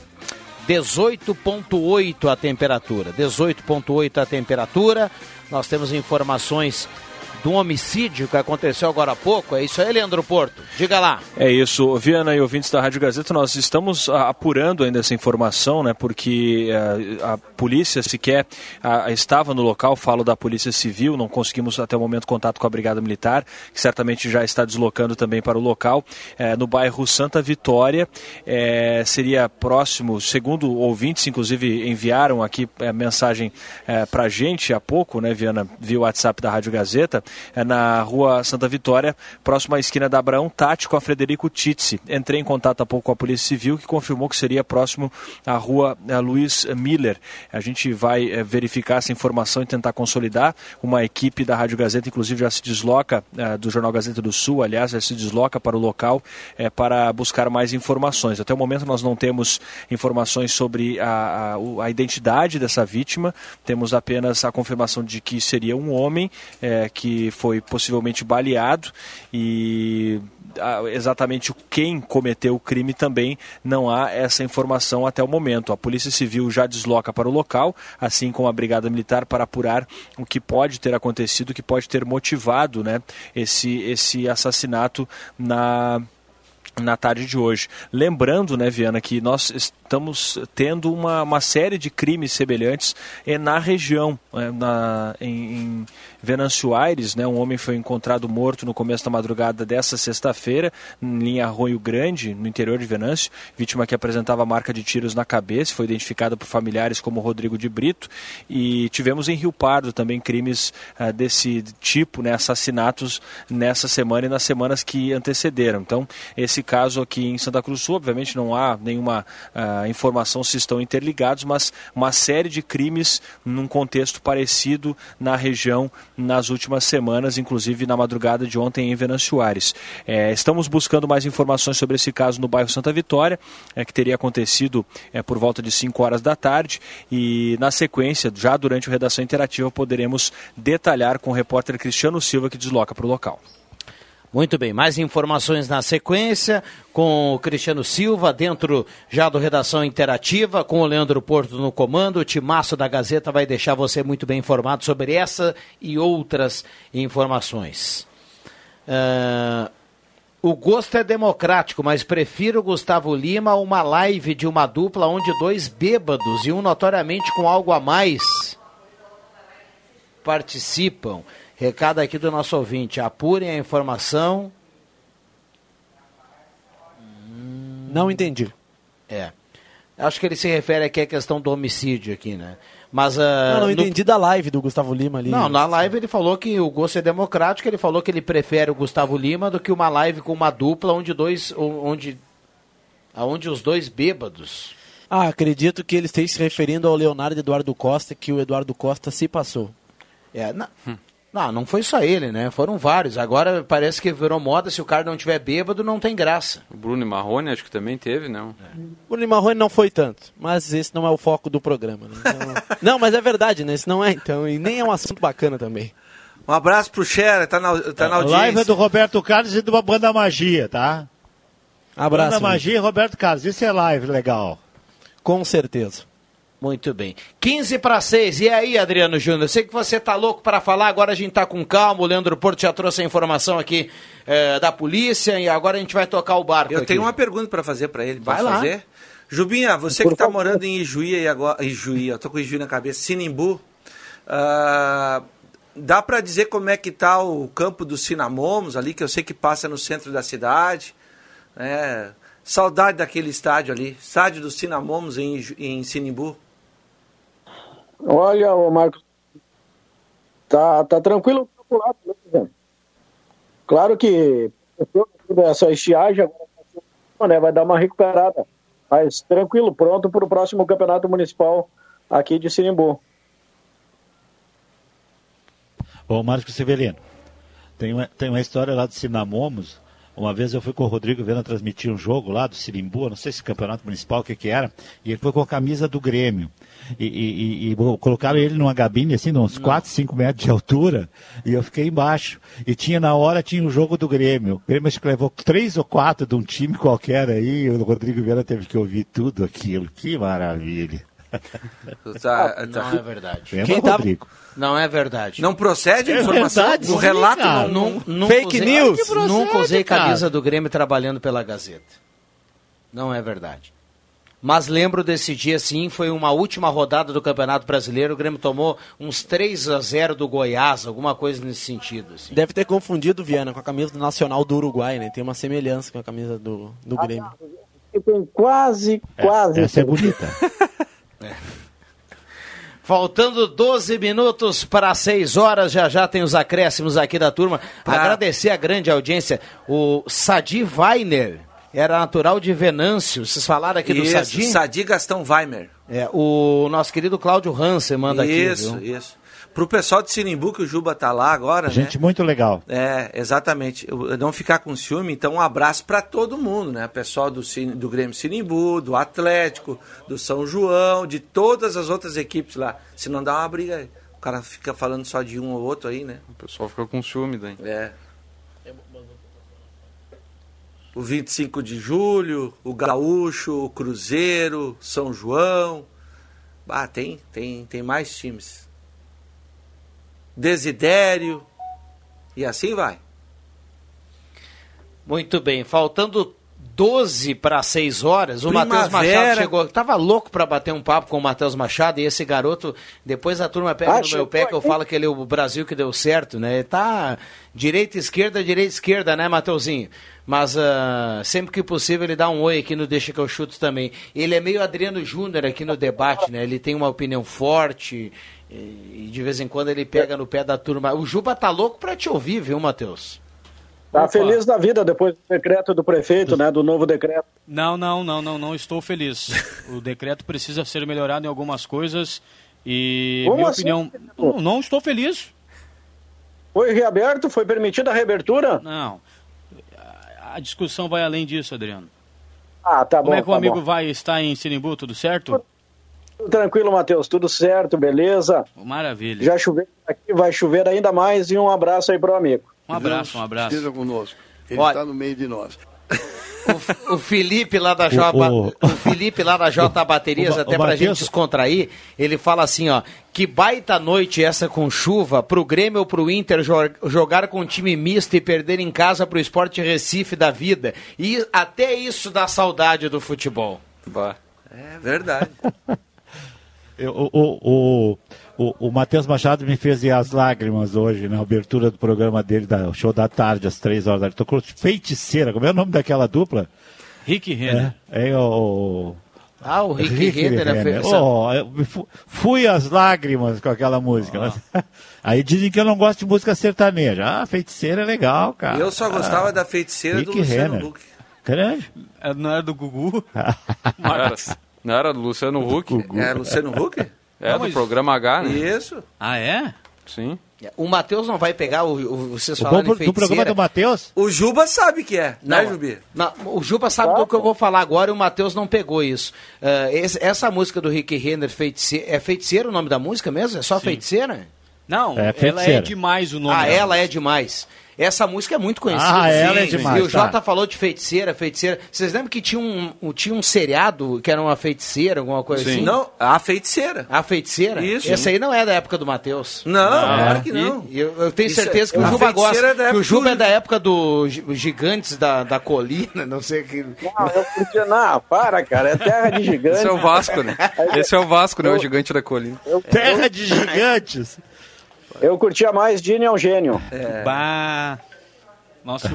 dezoito vírgula oito a temperatura. dezoito vírgula oito a temperatura. Nós temos informações de um homicídio que aconteceu agora há pouco. É isso aí, Leandro Porto? Diga lá. É isso, Viana e ouvintes da Rádio Gazeta, nós estamos apurando ainda essa informação, né, porque a, a polícia sequer a, estava no local, falo da Polícia Civil, não conseguimos até o momento contato com a Brigada Militar, que certamente já está deslocando também para o local, é, no bairro Santa Vitória, é, seria próximo, segundo ouvintes, inclusive enviaram aqui é, mensagem é, para a gente há pouco, né, Viana, via o WhatsApp da Rádio Gazeta, é na rua Santa Vitória, próximo à esquina da Abraão Tati com a Frederico Titsi. Entrei em contato há pouco com a Polícia Civil, que confirmou que seria próximo à rua Luiz Miller. A gente vai é, verificar essa informação e tentar consolidar. Uma equipe da Rádio Gazeta, inclusive, já se desloca, é, do Jornal Gazeta do Sul, aliás, já se desloca para o local é, para buscar mais informações. Até o momento nós não temos informações sobre a, a, a identidade dessa vítima, temos apenas a confirmação de que seria um homem é, que foi possivelmente baleado e exatamente quem cometeu o crime também não há essa informação até o momento. A Polícia Civil já desloca para o local, assim como a Brigada Militar, para apurar o que pode ter acontecido, o que pode ter motivado, né, esse, esse assassinato na... na tarde de hoje. Lembrando, né, Viana, que nós estamos tendo uma, uma série de crimes semelhantes eh, na região, eh, na, em, em Venâncio Aires, né, um homem foi encontrado morto no começo da madrugada dessa sexta-feira, em linha Arroio Grande, no interior de Venâncio, vítima que apresentava marca de tiros na cabeça, foi identificada por familiares como Rodrigo de Brito, e tivemos em Rio Pardo também crimes eh, desse tipo, né, assassinatos nessa semana e nas semanas que antecederam. Então, esse caso aqui em Santa Cruz do Sul, obviamente não há nenhuma uh, informação se estão interligados, mas uma série de crimes num contexto parecido na região nas últimas semanas, inclusive na madrugada de ontem em Venâncio Aires. É, estamos buscando mais informações sobre esse caso no bairro Santa Vitória, é, que teria acontecido é, por volta de cinco horas da tarde, e na sequência, já durante o Redação Interativa, poderemos detalhar com o repórter Cristiano Silva, que desloca para o local. Muito bem, mais informações na sequência com o Cristiano Silva, dentro já do Redação Interativa, com o Leandro Porto no comando. O timaço da Gazeta vai deixar você muito bem informado sobre essa e outras informações. Uh, o gosto é democrático, mas prefiro Gustavo Lima a uma live de uma dupla onde dois bêbados e um notoriamente com algo a mais participam. Recado aqui do nosso ouvinte, apurem a informação. Não entendi. É. Acho que ele se refere aqui à questão do homicídio aqui, né? Mas, uh, não, não no... entendi da live do Gustavo Lima ali. Não, na live ele falou que o gosto é democrático, ele falou que ele prefere o Gustavo Lima do que uma live com uma dupla onde dois, onde, onde os dois bêbados. Ah, acredito que ele esteja se referindo ao Leonardo Eduardo Costa, que o Eduardo Costa se passou. É, não... Hum. Não, não foi só ele, né? Foram vários. Agora parece que virou moda, se o cara não tiver bêbado, não tem graça. O Bruno Marrone acho que também teve, não? É. O Bruno Marrone não foi tanto, mas esse não é o foco do programa. Né? Então... não, mas é verdade, né? Esse não é, então. E nem é um assunto bacana também. Um abraço pro Xera, tá na, tá na audiência. A live é do Roberto Carlos e do Banda Magia, tá? Abraço. Banda Magia e Roberto Carlos, isso é live legal. Com certeza. Muito bem. quinze para seis. E aí, Adriano Júnior? Sei que você tá louco para falar, agora a gente tá com calma. O Leandro Porto já trouxe a informação aqui é, da polícia e agora a gente vai tocar o barco. Eu aqui. tenho uma pergunta para fazer para ele. Vai Posso lá. fazer? Jubinha, você que tá morando em Ijuí e agora... Ijuí, eu tô com Ijuí na cabeça. Sinimbu. Uh, dá para dizer como é que tá o campo dos Cinamomos ali, que eu sei que passa no centro da cidade. É, saudade daquele estádio ali. Estádio dos Cinamomos em, em Sinimbu. Olha, ô Marcos, tá, tá tranquilo pro lado, né? Claro que essa estiagem agora, né, vai dar uma recuperada, mas tranquilo, pronto para o próximo campeonato municipal aqui de Sinimbu. Ô, Marcos Severino, tem uma, tem uma história lá do Cinamomos. Uma vez eu fui com o Rodrigo Viana transmitir um jogo lá do Sinimbu, não sei se campeonato municipal, o que que era, e ele foi com a camisa do Grêmio. E, e, e colocaram ele numa cabine assim, de uns quatro, cinco metros de altura, e eu fiquei embaixo. E tinha na hora, tinha o jogo do Grêmio. O Grêmio acho que levou três ou quatro de um time qualquer aí, e o Rodrigo Viana teve que ouvir tudo aquilo. Que maravilha. Tá, não tá. é verdade. Lembra, Quem tá... Rodrigo? Não é verdade. Não procede a é informação? Verdade, o relato cara. não, não, não Fake usei, news. procede, Nunca usei cara. camisa do Grêmio trabalhando pela Gazeta. Não é verdade. Mas lembro desse dia, sim, foi uma última rodada do Campeonato Brasileiro. O Grêmio tomou uns três a zero do Goiás, alguma coisa nesse sentido. Assim. Deve ter confundido, Viana, com a camisa do Nacional do Uruguai, né? Tem uma semelhança com a camisa do, do ah, Grêmio. Tem quase, quase. Essa é bonita. é. Faltando doze minutos para seis horas, já já tem os acréscimos aqui da turma. Pra... Agradecer a grande audiência. O Sadi Weiner era natural de Venâncio. Vocês falaram aqui do isso, Sadi? Sadi Gastão Weimer. É, o nosso querido Cláudio Hansen manda isso, aqui. Isso, isso. Pro pessoal de Sinimbu, que o Juba tá lá agora, gente né? muito legal. É, exatamente. Eu, não ficar com ciúme, então um abraço para todo mundo, né? Pessoal do, do Grêmio Sinimbu, do Atlético, do São João, de todas as outras equipes lá. Se não dá uma briga aí. O cara fica falando só de um ou outro aí, né? O pessoal fica com ciúme daí. É. O vinte e cinco de julho, o Gaúcho, o Cruzeiro, São João. Ah, tem, tem, tem mais times. Desidério, e assim vai. Muito bem, faltando doze para seis horas, o Primavera. Matheus Machado chegou, tava louco para bater um papo com o Matheus Machado, e esse garoto, depois a turma pega ah, no meu pé que eu falo que ele é o Brasil que deu certo, né? Ele tá direita, esquerda, direita, esquerda, né, Matheusinho? Mas uh, sempre que possível ele dá um oi aqui no Deixa que eu chuto também. Ele é meio Adriano Júnior aqui no debate, né? Ele tem uma opinião forte e de vez em quando ele pega no pé da turma. O Juba tá louco para te ouvir, viu, Matheus? Tá Opa. feliz da vida depois do decreto do prefeito, né? Do novo decreto. Não, não, não, não, não estou feliz. O decreto precisa ser melhorado em algumas coisas e Como minha assim? opinião, não, não estou feliz. Foi reaberto? Foi permitida a reabertura? Não. A discussão vai além disso, Adriano. Ah, tá bom. Como é que o tá amigo bom. vai estar em Sinimbu, tudo certo? Tudo tranquilo, Matheus, tudo certo, beleza. Maravilha. Já choveu aqui, vai chover ainda mais, e um abraço aí pro amigo. Um abraço, um abraço. Esteja conosco. Ele Olha, está no meio de nós. O, o Felipe lá da J, o, o, o Felipe lá da J Baterias, o, até o pra Mateus... gente descontrair, ele fala assim, ó, que baita noite essa com chuva, pro Grêmio ou pro Inter jogar com um time misto e perder em casa pro Sport Recife da vida. E até isso dá saudade do futebol. Bah. É verdade. Eu, o o, o, o Matheus Machado me fez ir às lágrimas hoje, na abertura do programa dele, da, o show da tarde, às três horas da tarde. Tocou Feiticeira, como é o nome daquela dupla? Rick Renner. É, é o... Ah, o Rick, Rick Renner. Renner. Oh, eu fui às lágrimas com aquela música. Oh. Mas, aí dizem que eu não gosto de música sertaneja. Ah, Feiticeira é legal, cara. Eu só gostava ah, da Feiticeira Rick do Luciano Renner. Huck. Grande. Não era do Gugu? Não era, não era do Luciano Huck? É Luciano Huck? É, não, do mas... programa H, né? Isso. Ah, é? Sim. O Matheus não vai pegar o, o vocês o falarem do, Feiticeira. do programa do Matheus? O Juba sabe que é, não, né, Jubi? Não, o Juba sabe ah, do que eu vou falar agora e o Matheus não pegou isso. Uh, esse, essa música do Rick Renner, Feiticeira, é Feiticeira o nome da música mesmo? É só Sim. Feiticeira? Não, é ela é demais o nome. Ah, dela. ela é demais. Essa música é muito conhecida. Ah, ela é demais. E o Jota tá. falou de feiticeira, feiticeira. Vocês lembram que tinha um, tinha um seriado que era uma feiticeira, alguma coisa Sim. assim? Não, a feiticeira. A feiticeira? Isso. Essa aí não é da época do Matheus. Não, claro que não. E, eu, eu tenho Isso certeza é, que o Juba gosta. É que o Juba do... é da época dos Gigantes da, da Colina, não sei o que. Não, eu podia. Não, para, cara. É terra de gigantes. Esse é o Vasco, né? Esse é o Vasco, né? O gigante da colina. Eu, terra de gigantes. Eu curtia mais Dini é um gênio. É. Bah. Nosso.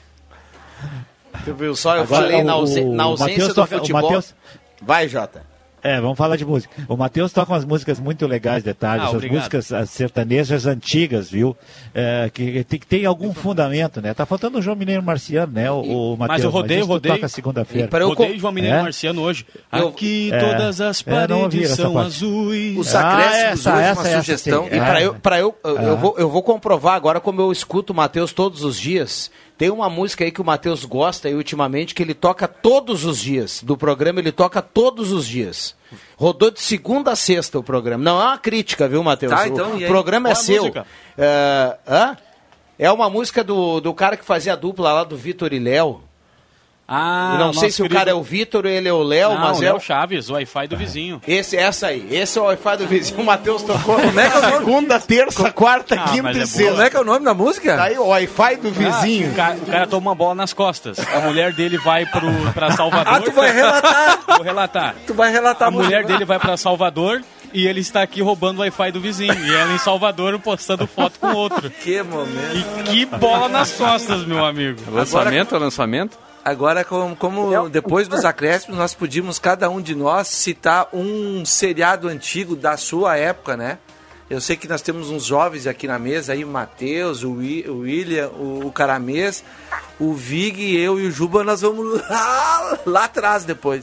Tu viu só? Eu Agora, falei o, na, ausência, na ausência do Mateus futebol. Mateus... Vai, Jota. É, vamos falar de música. O Matheus toca umas músicas muito legais, detalhes, Ah, essas obrigado. músicas as sertanejas antigas, viu? É, que, que tem algum fundamento, né? Tá faltando o João Mineiro Marciano, né? O, o Matheus. Mas eu rodeio, isso tu rodeio. toca segunda-feira. Rodei João Mineiro É? Marciano hoje. Eu- Aqui É. todas as É, não ouvi paredes essa são parte. azuis. Os acréscimos Ah, essa, hoje, essa, uma essa, sugestão. sim. E pra eu, pra eu, eu, eu Ah. vou, eu vou comprovar agora, como eu escuto o Matheus todos os dias. Tem uma música aí que o Matheus gosta aí ultimamente, que ele toca todos os dias. Do programa ele toca todos os dias. Rodou de segunda a sexta o programa. Não é uma crítica, viu, Matheus? Tá, então, o e aí? programa é Qual a seu. música? É, hã? É uma música do, do cara que fazia a dupla lá do Vitor e Léo. Ah, Eu não o sei nosso se o querido- cara é o Vitor ou ele é o Léo, Não, mas o é Léo o... Chaves, o Wi-Fi do vizinho. Esse, essa aí. Esse é o Wi-Fi do vizinho. O Matheus tocou. Como é que é o nome? Segunda, terça, quarta, Ah, quinta mas é e boa. sexta. Como é que é o nome da música? Tá aí o Wi-Fi do vizinho. Ah, o, cara, o cara toma uma bola nas costas. A mulher dele vai pro, pra Salvador. Ah, tu vai relatar. Vou relatar. Tu vai relatar A mulher música. dele vai pra Salvador e ele está aqui roubando o Wi-Fi do vizinho. E ela em Salvador postando foto com outro. Que momento. E que bola nas costas, meu amigo. Lançamento, é lançamento? Agora, como, como depois dos acréscimos, nós podíamos, cada um de nós, citar um seriado antigo da sua época, né? Eu sei que nós temos uns jovens aqui na mesa, aí o Matheus, o, Wi- o William, o, o Caramês, o Vig, eu e o Juba, nós vamos lá, lá atrás depois.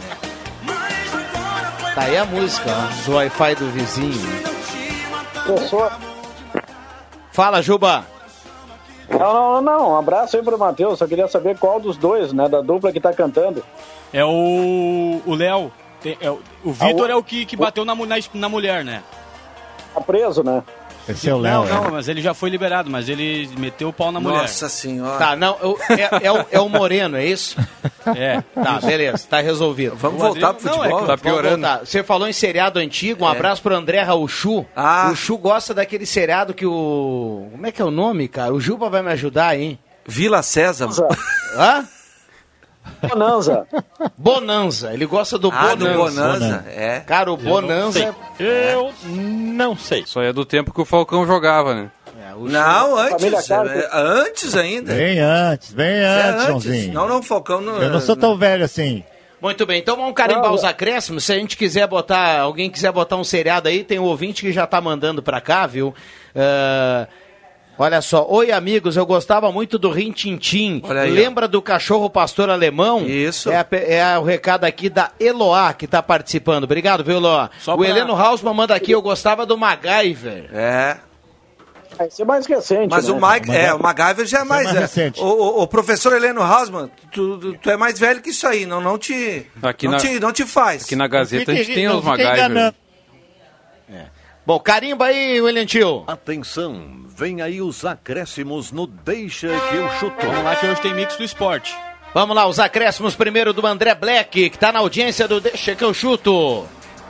Tá aí a música, ó, do Wi-Fi do vizinho. Pessoa... Fala, Juba. Não, não, não, um abraço aí pro Matheus, só queria saber qual dos dois, né, da dupla que tá cantando. É o o Léo. Tem- é o o Vitor é o que, que bateu na, mu- na, na mulher, né? Tá preso, né? Esse é o Léo. Não, não, mas ele já foi liberado, mas ele meteu o pau na mulher. Nossa senhora. Tá, não, eu- é, é o, é o Moreno, é isso? É. Tá, beleza, tá resolvido. Vamos voltar pro Não, futebol? é que- Tá vamos piorando. voltar. Você falou em seriado antigo, um É. abraço pro André Rauchu. Ah. O Chu gosta daquele seriado que o... Como é que é o nome, cara? O Juba vai me ajudar, hein? Vila César. Hã? Bonanza. Bonanza, ele gosta do Ah, Bonanza. do Bonanza, é. Cara, o Bonanza... Eu não sei. Só é do tempo que o Falcão jogava, né? É, o Não, Família antes. Carter. é, Antes ainda. Bem antes, bem Isso é antes, antes. Joãozinho. Não, não, Falcão não. Eu não sou tão velho assim. Muito bem, então vamos carimbar os acréscimos. Se a gente quiser botar, alguém quiser botar um seriado aí, tem um ouvinte que já tá mandando pra cá, viu? Ah, olha só, oi amigos, eu gostava muito do Rin Tin Tin. Olha aí, ó. Lembra do cachorro pastor alemão? Isso. É, a pe- é o recado aqui da Eloá que tá participando. Obrigado, viu, Eloá? Só O pra- Heleno Hausmann manda aqui, eu gostava do MacGyver. É. Esse é mais recente, Mas né? o, Mike, é, o MacGyver já é mais. mais é. recente. O, o- o professor Heleno Hausmann, tu, tu, tu é mais velho que isso aí. Não, não, te, Aqui não, na- te, não te faz. Aqui na Gazeta a gente tem não os fica MacGyver. enganando. Bom, carimba aí, William Tio. Atenção, vem aí os acréscimos no Deixa que eu chuto. Vamos lá que hoje tem mix do esporte. Vamos lá, os acréscimos primeiro do André Black, que tá na audiência do Deixa que eu chuto.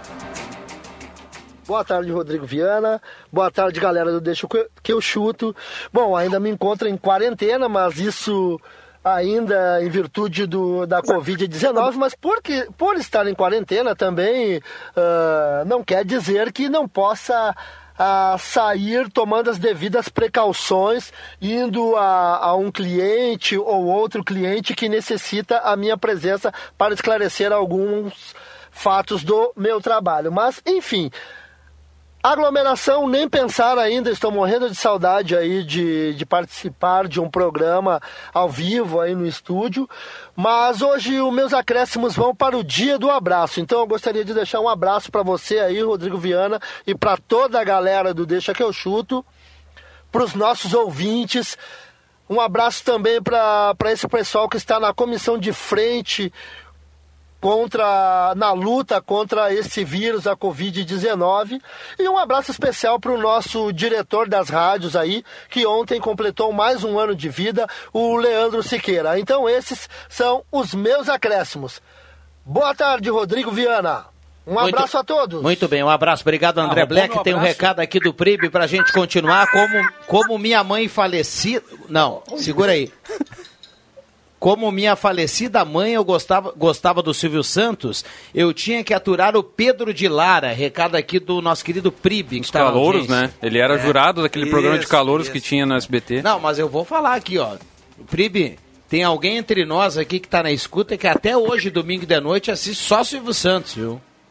Boa tarde, Rodrigo Viana. Boa tarde, galera do Deixa que eu chuto. Bom, ainda me encontro em quarentena, mas isso ainda em virtude do, da covid dezenove, mas por, que, por estar em quarentena também ah, não quer dizer que não possa ah, sair tomando as devidas precauções, indo a, a um cliente ou outro cliente que necessita a minha presença para esclarecer alguns fatos do meu trabalho. Mas, enfim... Aglomeração, nem pensar ainda, estou morrendo de saudade aí de, de participar de um programa ao vivo aí no estúdio, mas hoje os meus acréscimos vão para o dia do abraço, então eu gostaria de deixar um abraço para você aí, Rodrigo Viana, e para toda a galera do Deixa que eu chuto, para os nossos ouvintes, um abraço também para esse pessoal que está na comissão de frente contra, na luta contra esse vírus, a covid dezenove, e um abraço especial para o nosso diretor das rádios aí, que ontem completou mais um ano de vida, o Leandro Siqueira. Então esses são os meus acréscimos. Boa tarde, Rodrigo Viana. Um Muito- abraço a todos. Muito bem, um abraço. Obrigado, André Ah, roubou Black. meu Tem um abraço. recado aqui do Pribe pra gente continuar. Como, como minha mãe falecida... Não, segura aí. Como minha falecida mãe, eu gostava, gostava do Silvio Santos, eu tinha que aturar o Pedro de Lara. Recado aqui do nosso querido Pribe. Os calouros, né? Ele era É. jurado daquele programa de Isso, calouros isso. que tinha no S B T. Não, mas eu vou falar aqui, ó. Pribe, tem alguém entre nós aqui que tá na escuta que até hoje, domingo de noite, assiste só Silvio Santos, viu?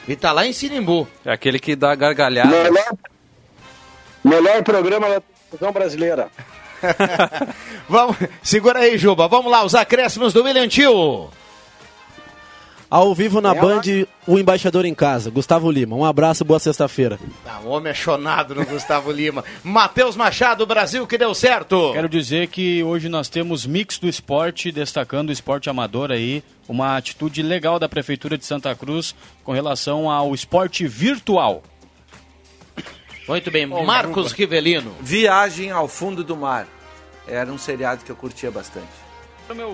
E tá lá em Sinimbu. É aquele que dá gargalhada. Melhor, melhor programa da televisão brasileira. Vamos, segura aí, Juba. Vamos lá, os acréscimos do William Tio. Ao vivo na Band, o embaixador em casa, Gustavo Lima. Um abraço, boa sexta-feira. Ah, o homem é chonado no Gustavo Lima. Matheus Machado, Brasil que deu certo. Quero dizer que hoje nós temos mix do esporte, destacando o esporte amador aí. Uma atitude legal da Prefeitura de Santa Cruz com relação ao esporte virtual. Muito bem, Marcos Rivelino. Viagem ao Fundo do Mar. Era um seriado que eu curtia bastante. Meu...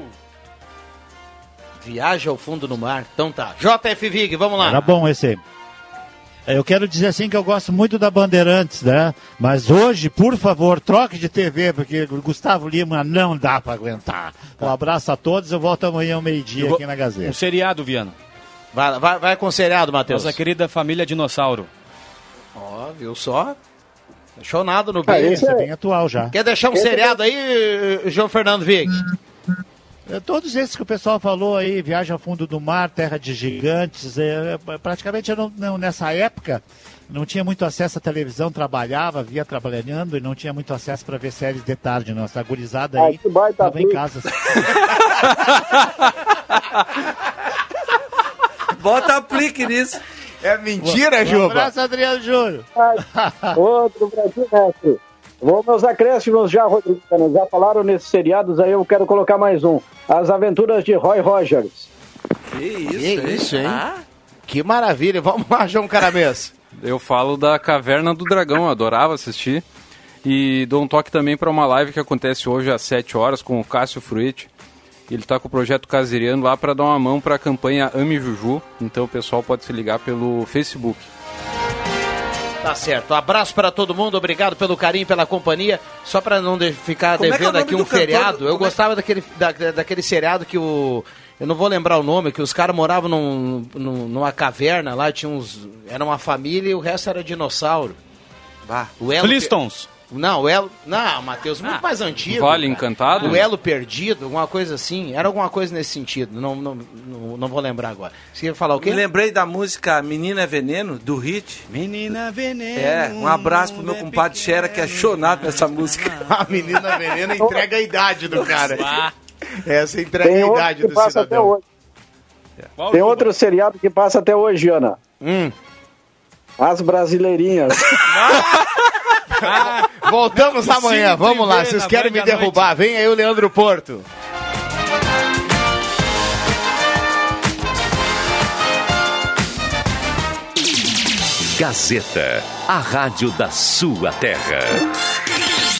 Viagem ao Fundo do Mar. Então tá. J F Vig, vamos lá. Era bom esse aí. Eu quero dizer assim que eu gosto muito da Bandeirantes, né? Mas hoje, por favor, troque de T V, porque o Gustavo Lima não dá pra aguentar. Um abraço a todos, eu volto amanhã ao meio-dia aqui na Gazeta. Um seriado, Viana. Vai, vai, vai com o seriado, Matheus. Nossa querida família Dinossauro. Ó, oh, viu só? Deixou nada no bem. Ah, esse é bem atual já. Quer deixar um esse seriado é... aí, João Fernando Vig? Todos esses que o pessoal falou aí, Viagem ao Fundo do Mar, Terra de Gigantes, é, praticamente eu não, não, nessa época não tinha muito acesso à televisão, trabalhava, via trabalhando e não tinha muito acesso para ver séries de tarde, não. Essa gurizada aí estava em casa. Bota aplique nisso. É mentira, Juba? Um abraço, Adriano Júnior. Outro Brasil, mestre. Vou meus acréscimos já, Rodrigo. Já falaram nesses seriados aí, eu quero colocar mais um. As Aventuras de Roy Rogers. Que isso, que hein? isso, hein? Ah? Que maravilha. Vamos lá, João Caramês. Eu falo da Caverna do Dragão, eu adorava assistir. E dou um toque também para uma live que acontece hoje às sete horas com o Cássio Frutti. Ele está com o projeto Caseriano lá para dar uma mão para a campanha Ame Juju. Então o pessoal pode se ligar pelo Facebook. Tá certo. Abraço para todo mundo, obrigado pelo carinho, pela companhia. Só para não de, ficar Como devendo é é aqui um feriado, cantor? eu Como gostava é? daquele, da, daquele seriado que o... Eu não vou lembrar o nome, que os caras moravam num, num, numa caverna lá, tinha uns... Era uma família e o resto era dinossauro. Bah. O Elo Flintstones. Não, o Elo... Não, Matheus, muito ah, mais antigo. Vale cara. Encantado? O Elo Perdido, alguma coisa assim. Era alguma coisa nesse sentido. Não, não, não, não vou lembrar agora. Você ia falar o quê? Me lembrei da música Menina é Veneno, do Hit. Menina Veneno. É, um abraço pro meu compadre Xera, que é chonado nessa música. A Menina Veneno entrega a idade do cara. Essa entrega Tem a idade do cidadão. É. Tem outro seriado que passa até hoje, Ana. Hum. As Brasileirinhas. Ah, voltamos amanhã, vamos lá. Vocês querem me derrubar? Vem aí o Leandro Porto. Gazeta, a rádio da sua terra.